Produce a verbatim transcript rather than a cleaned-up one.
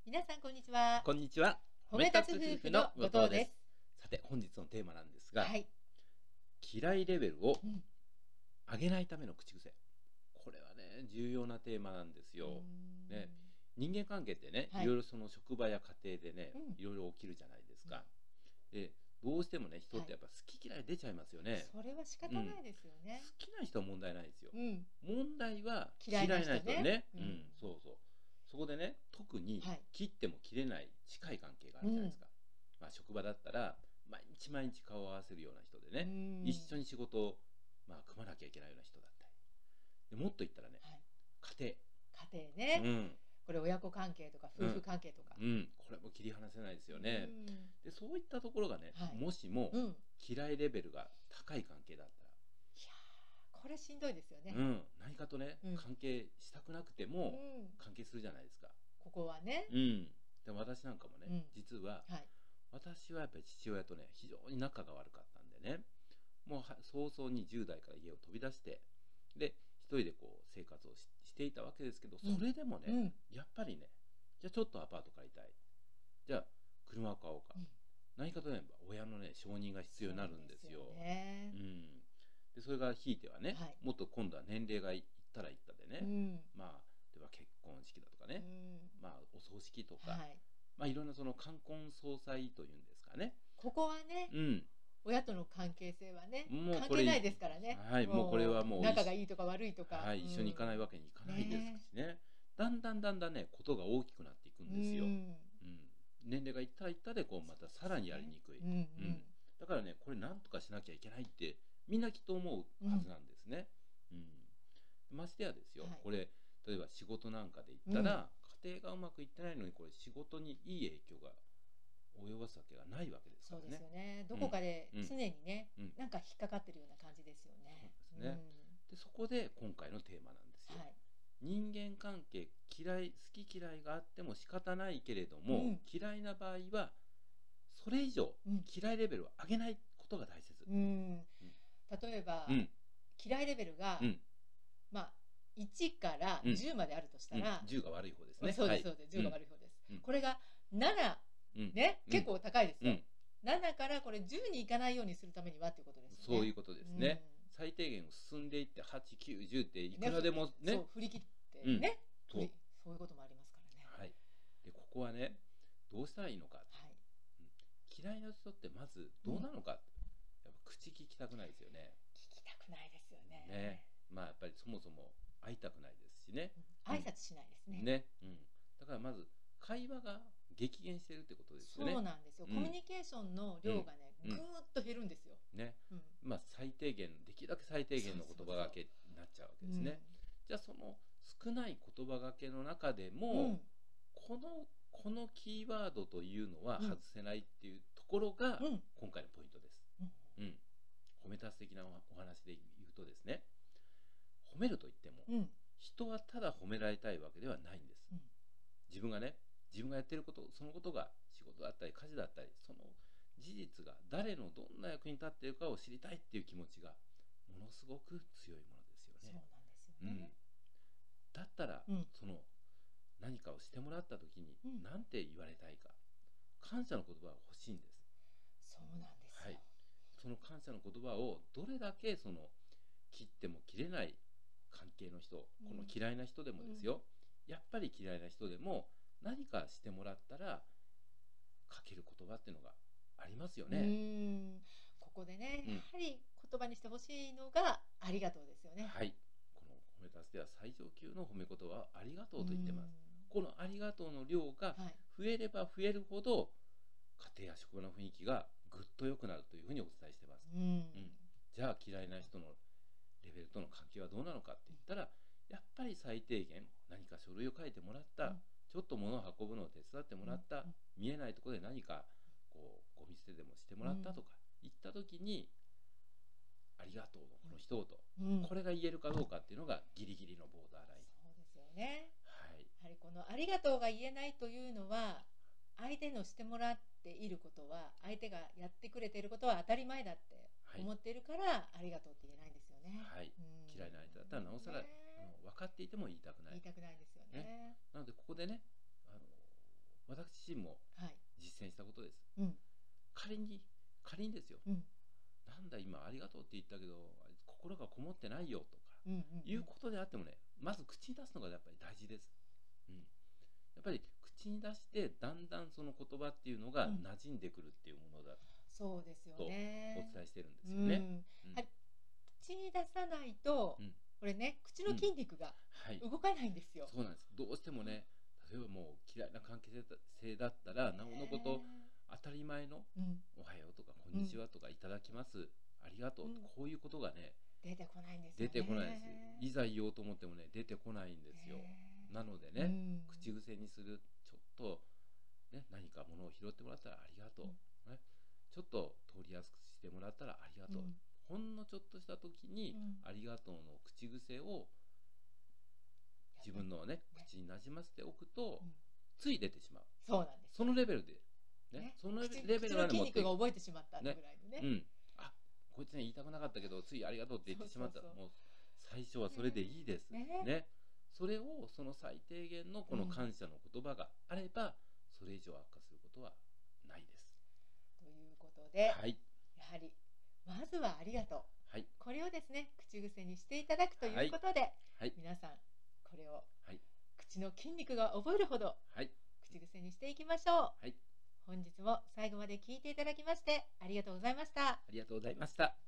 皆さんこんにちは。 こんにちは。 褒め立つ夫婦の後藤です。 さて、本日のテーマなんですが、 はい。 嫌いレベルをうん。 上げないための口癖。これはね、重要なテーマなんですうーよ。 んね、人間関係ってね、 はいいろいろその職場や家庭でね、 うんいろいろ起きるじゃないですか。で、どうしてもね、人ってやっぱ好き嫌い出ちゃいますよね。 それは仕方ないですよね。 好きな人は問題ないですよ。 うん。 問題は嫌いな人ねね。 ううんん、そうそう。そこでね、特にはい切っても切れない近い関係があるじゃないですか。まあ職場だったら毎日毎日顔を合わせるような人でうね、 ん。 一緒に仕事をまあ組まなきゃいけないような人だったり。でもっと言ったらね、 はい。 家家庭庭。うね。 ん。 これ親子関係とか夫婦関係とか。 うん、これも切り離せないですよね。 うんで、そういったところがね、 はいもしもうん。いや嫌いレベルが高い関係だったら、 ーこれしんどいですよね。 うん、何かとね、 うん関係したくなくてうもん。 関係するじゃないですか。 ここはね。 うん。でも私なんかもね、 うん実ははい。 私はやっぱり父親とね、非常に仲が悪かったんでね、もうは早々にじゅう代から家を飛び出して、で、一人でこう生活をししていたわけですけど、 うんそれでもね、 うんやっぱりね、じゃあちょっとアパート借りたい。じゃあ車を買おうか。 うん何かとね、親のね、承認が必要になるんですよ。 そうねう。ん。で、それがひいてはね、 はいもっと今度は年齢がいったらいったでね、 うんまあ、例えば結婚式だとかうね、 んまあ、お葬式とか、 はい。 まあ、いろんなその冠婚葬祭というんですかね。 ここはね。 うん。 親との関係性はねもうこれ、 関係ないですからねはい、もうこれはもう仲がいいとか悪いとか、 はい、一緒に行かないわけにいかないですしね。だんだんだんだんね、ことが大きくなっていくんですよ。 ううんん。年齢がいったらいったで、こう、またさらにやりにくい。 うんうんだからね、これなんとかしなきゃいけないってみんなきっと思うはずなんですね。うん。ましてやですよ、 はいこれ例えば仕事なんかで言ったら、家庭がうまくいってないのにこれ仕事にいい影響が及ぼすわけがないわけですからね。 そうですよねどこかでうん常にね、 うんなんか引っかかってるような感じですよねそうですねでそこで今回のテーマなんですよ。 はい人間関係嫌い好き嫌いがあっても仕方ないけれども、 うん嫌いな場合はそれ以上、 うん嫌いレベルを上げないことが大切。 うん例えば、 うん嫌いレベルが、 うんまあいちからうんじゅうまであるとしたうんら、 じゅうが悪い方ですね。 そうですはいそうですじゅうが悪い方です、 うんこれがななうんね、 うん結構高いですよ、 うんななからこれじゅうに行かないようにするためにはっていうことですね。 そういうことですね。最低限を進んでいってはち、きゅう、じゅうっていくらでもね。 そう振り切ってうんね、 そう振りそういうこともありますからね。 はい。でここはね、どうしたらいいのか。 はいうん嫌いな人ってまずどうなのか。やっぱ口聞きたくないですよね。 聞きたくないですよね。 ね。まあやっぱりそもそも会いたくないですしね。 挨拶しないですね。 ね。うん。だからまず会話が激減してるってことですよね。 そうなんですよ。コミュニケーションの量がね、 うんぐーっと減るんですよ。 ね。 うんまあ最低限できるだけ最低限の言葉がけになっちゃうわけですね。じゃあその少ない言葉がけの中でも、 うんこのこのキーワードというのはうん外せないっていうところがうん今回のポイントです。 うんうん、褒め立つ的なお話で言うとですね、褒めると言っても、 うん人はただ褒められたいわけではないんです。 うん自分がね、自分がやってること、そのことが仕事だったり家事だったり、その事実が誰のどんな役に立っているかを知りたいっていう気持ちがものすごく強いものですよそうね。 なんですようんね。 だったら、 うんその何かをしてもらった時にうん何て言われたいか、感謝の言葉が欲しいんです。 そうなんですよ。 はい、その感謝の言葉をどれだけその切っても切れない関係の人、 うんこの嫌いな人でもですよ、やっぱり嫌いな人でも何かしてもらったらかける言葉っていうのがありますようね。 ーんここでね、 うんやはり言葉にしてほしいのがありがとうですよね。 はい、この褒め立つでは最上級の褒め言葉はありがとうと言ってます。 うんこのありがとうの量がはい増えれば増えるほど家庭や職場の雰囲気がぐっと良くなるというふうにお伝えしてます。 うんうんじゃあ嫌いな人のレベルとの関係はどうなのかって言ったら、やっぱり最低限何か書類を書いてもらった、 うんちょっと物を運ぶのを手伝ってもらった、 うん見えないところで何かこうゴミ捨てでもしてもらったとか言った時に、ありがとうのこの一言、 うんこれが言えるかどうかっていうのがギリギリのボーダーライン。 そうですよね。 はいやはりこのありがとうが言えないというのは、相手のしてもらっていることは、相手がやってくれていることは当たり前だって思っているから、ありがとうって言えないんですよね。 はいうん嫌いな相手だったらなおさら、 ねあの分かっていても言いたくない。 言いたくないですよね。 なのでここでね、あの私自身もはい。 実践したことです。 うん。 仮に仮にですよ、 うん。 なんだ今ありがとうって言ったけど心がこもってないよとかうんうんうん。 いうことであってもね、まず口に出すのがやっぱり大事です。うん、やっぱり口に出してだんだんその言葉っていうのがうん馴染んでくるっていうものだそうですよとおね。 伝えしてるんでうすよね。 ん。 うんはい。口に出さないと、 うんこれね、口のうん筋肉がはい、 動かないんですよ。 そうなんです。どうしてもね、例えばもう嫌いな関係性だったら、なおのこと当たり前のうん。 おはようとかこんうん。 にちはとかいただきます、ありがとう、 うんこういうことがね、 出てこないんです出よてこないです。いね。 ざ言おうと思ってもね、出てこないんですよ。なのでね、 うん。 口癖にする、ちょっと、ね、何か物を拾ってもらったらありがとう、ね、ちょっと通りやすくしてもらったらありがとう、 うん。 ほんのちょっとした時に、 うんありがとうの口癖を自分のね、 ね口になじませておくと、 うんつい出てしまう。 そうなんですそよ。 のレベルで、ね、 ね。 そのレ口ベルまで口の筋持っていく。 肉が覚えてしまったぐらね、 いのね。 うん。あ、こいつね言いたくなかったけど、ついありがとうって言ってしまった。 そうそうそうもう最初はそれでいいです。 ねね。それをその最低限のこのうん感謝の言葉があれば、それ以上悪化することはないです。 ということで、 はい。 やはりまずはありがとう。 はい。 これをですね、口癖にしていただくというはいことで、 はい。 皆さんこれをはい。 口の筋肉が覚えるほどはい。 口癖にしていきましょう。 はい。 本日も最後まで聞いていただきましてありがとうございました。 ありがとうございました。